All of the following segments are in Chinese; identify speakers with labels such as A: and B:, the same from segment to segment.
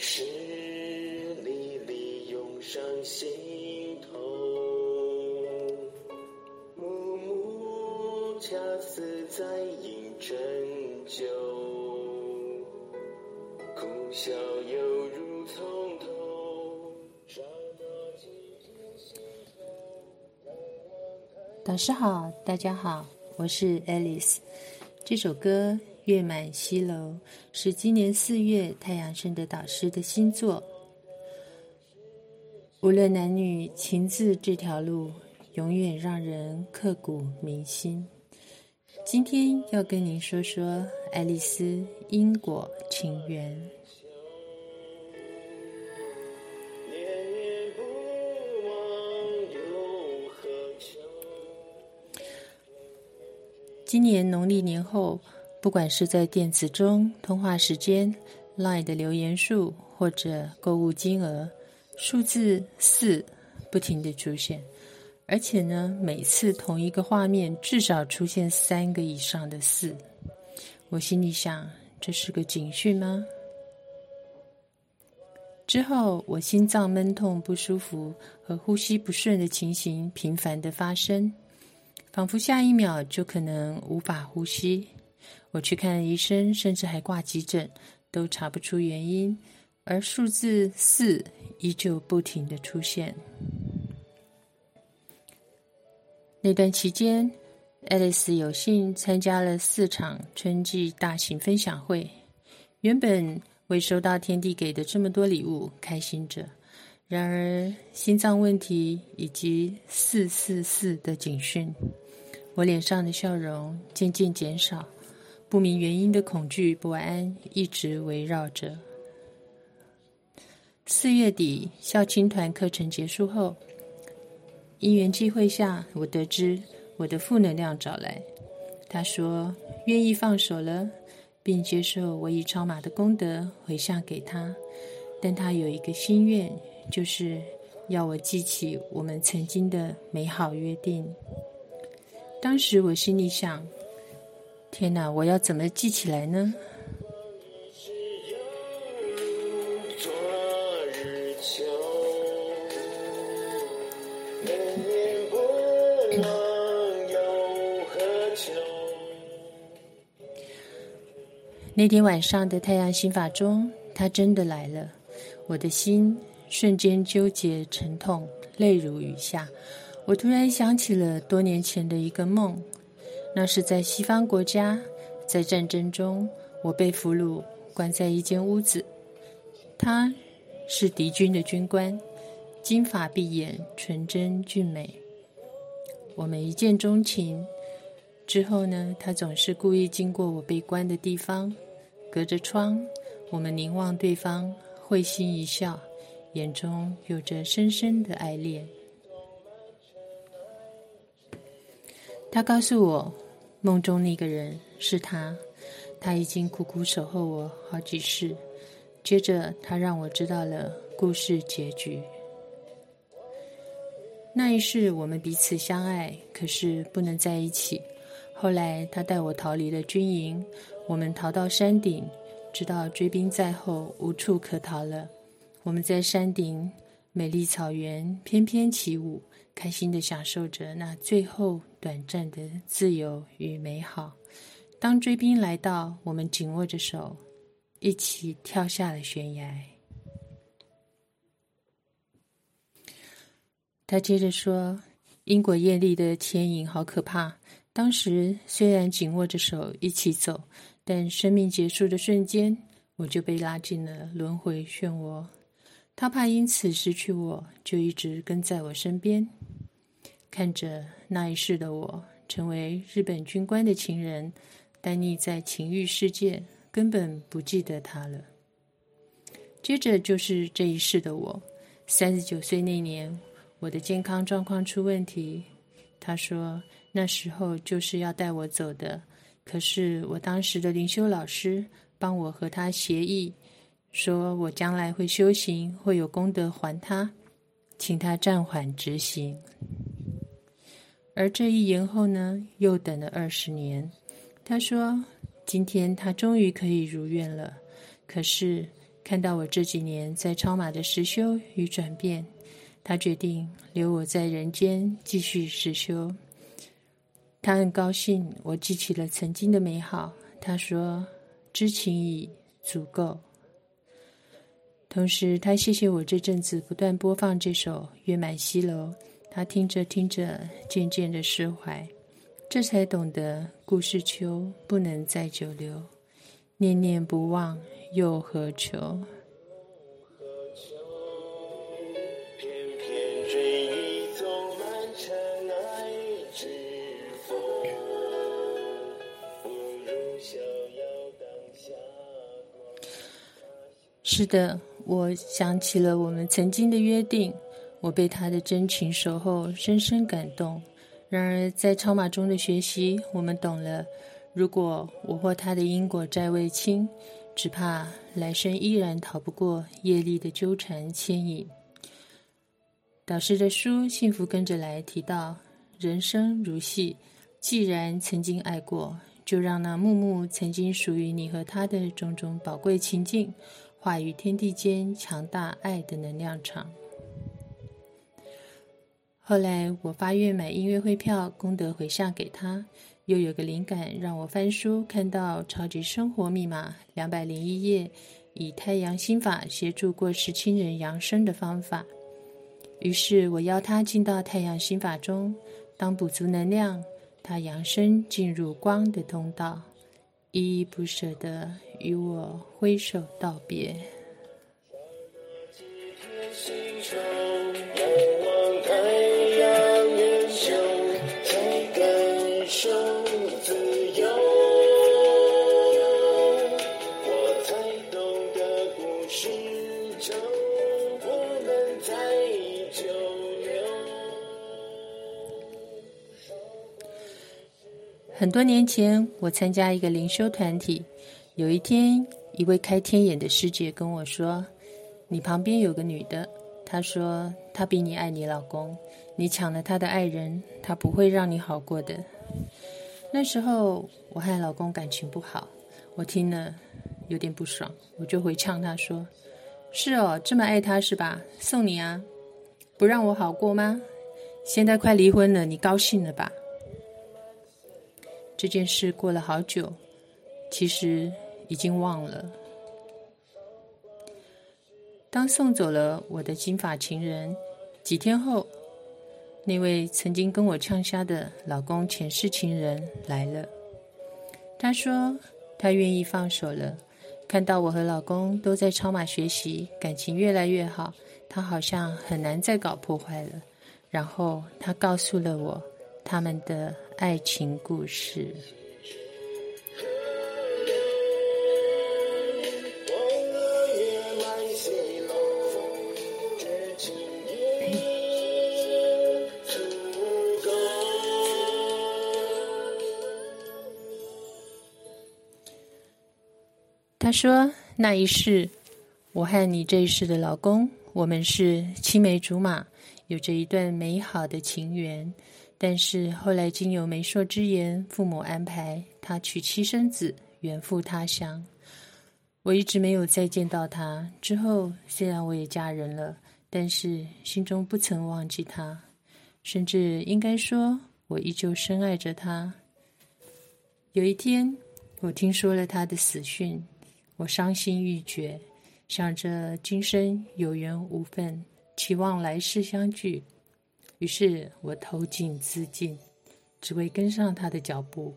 A: 是历历涌上心头，暮暮恰似在饮鸩酒，苦笑犹如从头。
B: 导师好，大家好，我是 Alice。这首歌《月满西楼》是今年4月太阳升的导师的新作。无论男女，情字这条路永远让人刻骨铭心。今天要跟您说说爱丽丝因果情缘。今年农历年后，不管是在电子中、通话时间、LINE 的留言数或者购物金额，数字4不停地出现，而且呢，每次同一个画面至少出现3个以上的4。我心里想，这是个警讯吗？之后，我心脏闷痛不舒服和呼吸不顺的情形频繁地发生，仿佛下一秒就可能无法呼吸。我去看了医生，甚至还挂急诊，都查不出原因，而数字4依旧不停地出现。那段期间，爱丽丝有幸参加了4场春季大型分享会，原本为收到天地给的这么多礼物开心着，然而心脏问题以及444的警讯，我脸上的笑容渐渐减少，不明原因的恐惧不安一直围绕着。4月底校青团课程结束后，因缘际会下，我得知我的负能量找来，他说愿意放手了，并接受我以超马的功德回向给他，但他有一个心愿，就是要我记起我们曾经的美好约定。当时我心里想，天哪，我要怎么记起来呢？那天晚上的太阳心法中，它真的来了，我的心瞬间纠结沉痛，泪如雨下。我突然想起了多年前的一个梦，那是在西方国家，在战争中，我被俘虏，关在一间屋子。他是敌军的军官，金发碧眼，纯真俊美。我们一见钟情。之后呢，他总是故意经过我被关的地方，隔着窗，我们凝望对方，会心一笑，眼中有着深深的爱恋。他告诉我，梦中那个人是他，他已经苦苦守候我好几世。接着他让我知道了故事结局。那一世我们彼此相爱，可是不能在一起。后来他带我逃离了军营，我们逃到山顶，直到追兵在后，无处可逃了。我们在山顶美丽草原翩翩起舞，开心地享受着那最后短暂的自由与美好。当追兵来到，我们紧握着手，一起跳下了悬崖。他接着说，因果业力的牵引好可怕，当时虽然紧握着手一起走，但生命结束的瞬间，我就被拉进了轮回漩涡。他怕因此失去我，就一直跟在我身边，看着那一世的我成为日本军官的情人，耽溺在情欲世界，根本不记得他了。接着就是这一世的我，39岁那年，我的健康状况出问题。他说那时候就是要带我走的，可是我当时的灵修老师帮我和他协议，说我将来会修行，会有功德还他，请他暂缓执行。而这一延后呢，又等了20年。他说今天他终于可以如愿了，可是看到我这几年在超马的实修与转变，他决定留我在人间继续实修。他很高兴我记起了曾经的美好，他说知情已足够。同时他谢谢我这阵子不断播放这首《月满西楼》，他听着听着渐渐的释怀，这才懂得故事秋不能再久留，念念不忘又何求。
A: 偏偏追忆走满尘埃之风，不如逍遥当下光。
B: 是的，我想起了我们曾经的约定，我被他的真情守候深深感动。然而在超马中的学习，我们懂了，如果我或他的因果债未清，只怕来生依然逃不过业力的纠缠牵引。导师的书《幸福跟着来》提到，人生如戏，既然曾经爱过，就让那幕幕曾经属于你和他的种种宝贵情境，化于天地间强大爱的能量场。后来我发愿买音乐会票，功德回向给他。又有个灵感，让我翻书，看到《超级生活密码》201页，以太阳心法协助过世亲人扬升的方法。于是我邀他进到太阳心法中，当补足能量，他扬升进入光的通道，依依不舍地与我挥手道别。很多年前，我参加一个灵修团体。有一天，一位开天眼的师姐跟我说：“你旁边有个女的，她说她比你爱你老公，你抢了她的爱人，她不会让你好过的。”那时候我和老公感情不好，我听了有点不爽，我就回呛他说：“是哦，这么爱他是吧？送你啊，不让我好过吗？现在快离婚了，你高兴了吧？”这件事过了好久，其实已经忘了。当送走了我的金发情人，几天后，那位曾经跟我呛瞎的老公前世情人来了。他说他愿意放手了，看到我和老公都在超马学习，感情越来越好，他好像很难再搞破坏了。然后他告诉了我他们的爱情故事。他说那一世，我和你这一世的老公，我们是青梅竹马，有着一段美好的情缘。但是后来经由媒妁之言，父母安排他娶妻生子，远赴他乡。我一直没有再见到他。之后虽然我也嫁人了，但是心中不曾忘记他，甚至应该说我依旧深爱着他。有一天我听说了他的死讯，我伤心欲绝，想着今生有缘无分，期望来世相聚。于是我投井自尽，只为跟上他的脚步。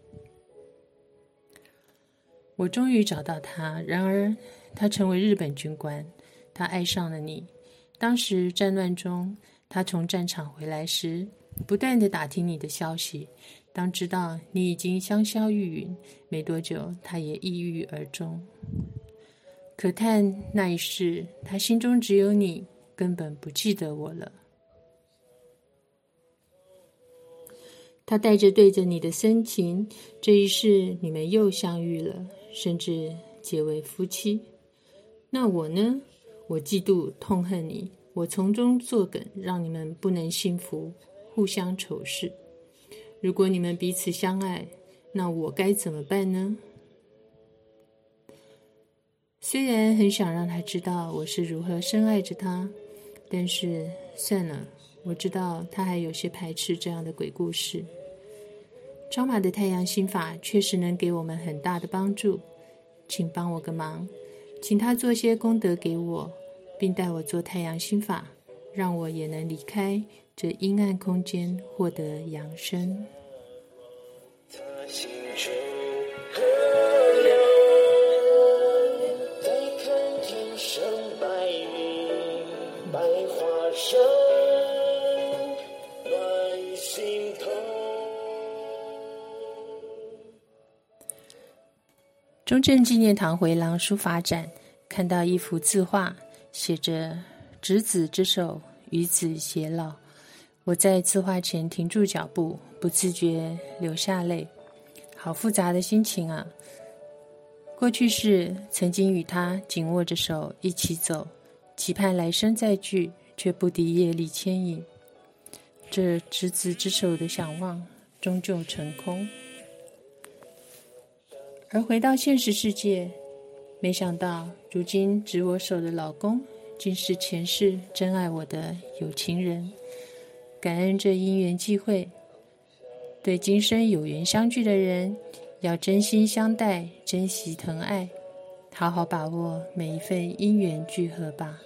B: 我终于找到他，然而他成为日本军官，他爱上了你。当时战乱中，他从战场回来时，不断地打听你的消息。当知道你已经香消玉殒，没多久，他也抑郁而终。可叹那一世，他心中只有你，根本不记得我了。他带着对着你的深情，这一世你们又相遇了，甚至结为夫妻。那我呢？我嫉妒痛恨你，我从中作梗，让你们不能幸福，互相仇视。如果你们彼此相爱，那我该怎么办呢？ 虽然很想让他知道我是如何深爱着他，但是算了，我知道他还有些排斥这样的鬼故事。超马的太阳心法确实能给我们很大的帮助，请帮我个忙，请他做些功德给我，并带我做太阳心法，让我也能离开这阴暗空间，获得扬升。
A: 他心中河流，再看天上白云，百花生，暖心头。
B: 中正纪念堂回廊书法展，看到一幅字画，写着“执子之手，与子偕老”。我在字画前停住脚步，不自觉流下泪。好复杂的心情啊！过去是曾经与他紧握着手一起走，期盼来生再聚，却不敌业力牵引。这执子之手的想望，终究成空。而回到现实世界，没想到如今执我手的老公，竟是前世真爱我的有情人。感恩这因缘际会，对今生有缘相聚的人，要真心相待，珍惜疼爱，好好把握每一份因缘聚合吧。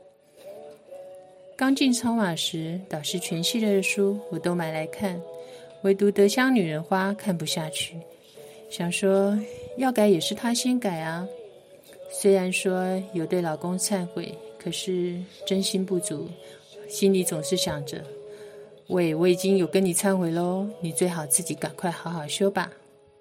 B: 刚进超马时，导师全系列的书我都买来看，唯独《德香女人花》看不下去，想说要改也是他先改啊。虽然说有对老公忏悔，可是真心不足，心里总是想着，喂，我已经有跟你忏悔咯，你最好自己赶快好好修吧。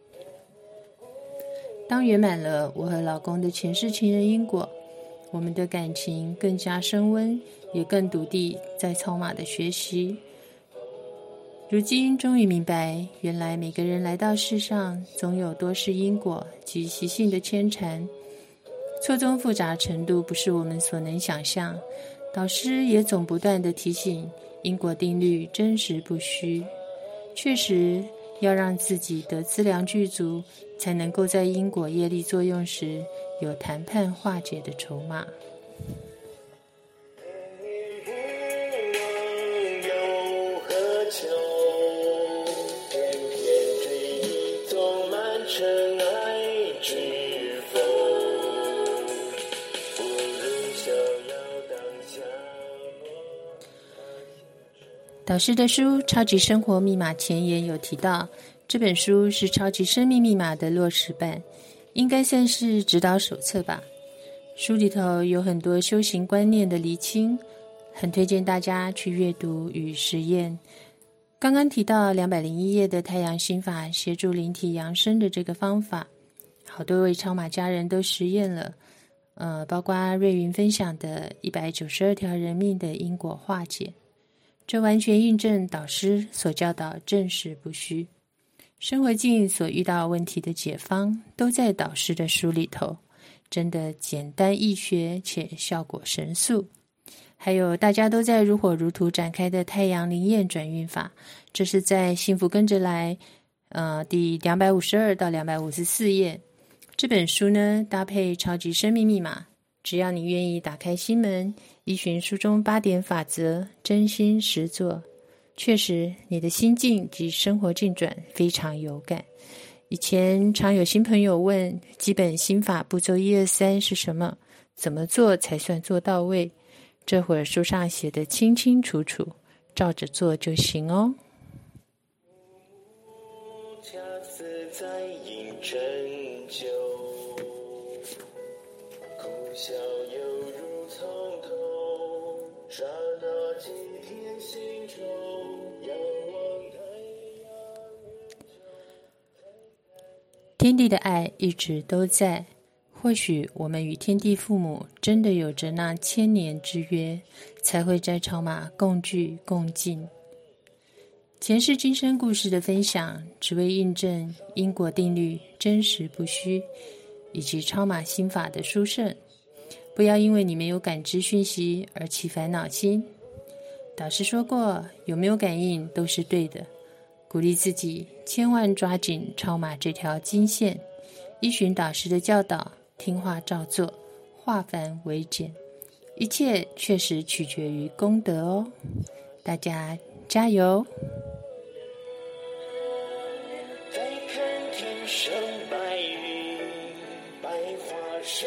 B: 当圆满了我和老公的前世情人因果，我们的感情更加升温，也更笃定在超马的学习。如今终于明白，原来每个人来到世上，总有多世因果及习性的牵缠，错综复杂程度不是我们所能想象。导师也总不断地提醒，因果定律真实不虚，确实要让自己的资粮具足，才能够在因果业力作用时有谈判化解的筹码。
A: 有何求？偏偏追忆总满尘埃之风，不如逍遥当下。
B: 导师的书《超级生活密码》前言有提到，这本书是超级生命密码的落实版，应该算是指导手册吧。书里头有很多修行观念的厘清，很推荐大家去阅读与实验。刚刚提到201页的太阳心法协助灵体扬升的这个方法，好多位超马家人都实验了，包括瑞云分享的192条人命的因果化解，这完全印证导师所教导正实不虚。生活境所遇到问题的解方都在导师的书里头，真的简单易学且效果神速。还有大家都在如火如荼展开的太阳灵验转运法，这是在幸福跟着来第252到254页。这本书呢，搭配超级生命密码，只要你愿意打开心门，依循书中8点法则，真心实做，确实你的心境及生活进转非常有感。以前常有新朋友问，基本心法步骤1、2、3是什么？怎么做才算做到位？这会儿书上写得清清楚楚，照着做就行哦。
A: 恰似在饮鸩酒，苦笑犹如从头，刹那几天心中仰望太阳。
B: 天地的爱一直都在，或许我们与天地父母真的有着那千年之约，才会在超马共聚共进。前世今生故事的分享，只为印证因果定律真实不虚，以及超马心法的殊胜。不要因为你没有感知讯息而起烦恼心。导师说过，有没有感应都是对的，鼓励自己千万抓紧超马这条金线，依循导师的教导，听话照做。 化繁为简，一切确实取决于功德哦。大家加油！
A: 再看天上白云，百花生，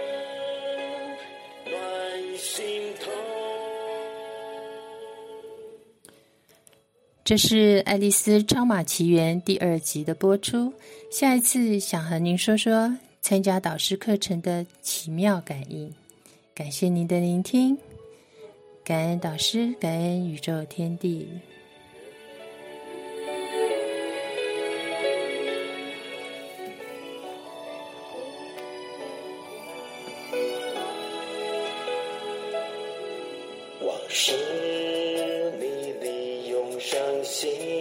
A: 暖心头。
B: 这是《爱丽丝超马奇缘》第2集的播出。下一次想和您说说参加导师课程的奇妙感应。感谢您的聆听，感恩导师，感恩宇宙天地。
A: 往事历历涌上心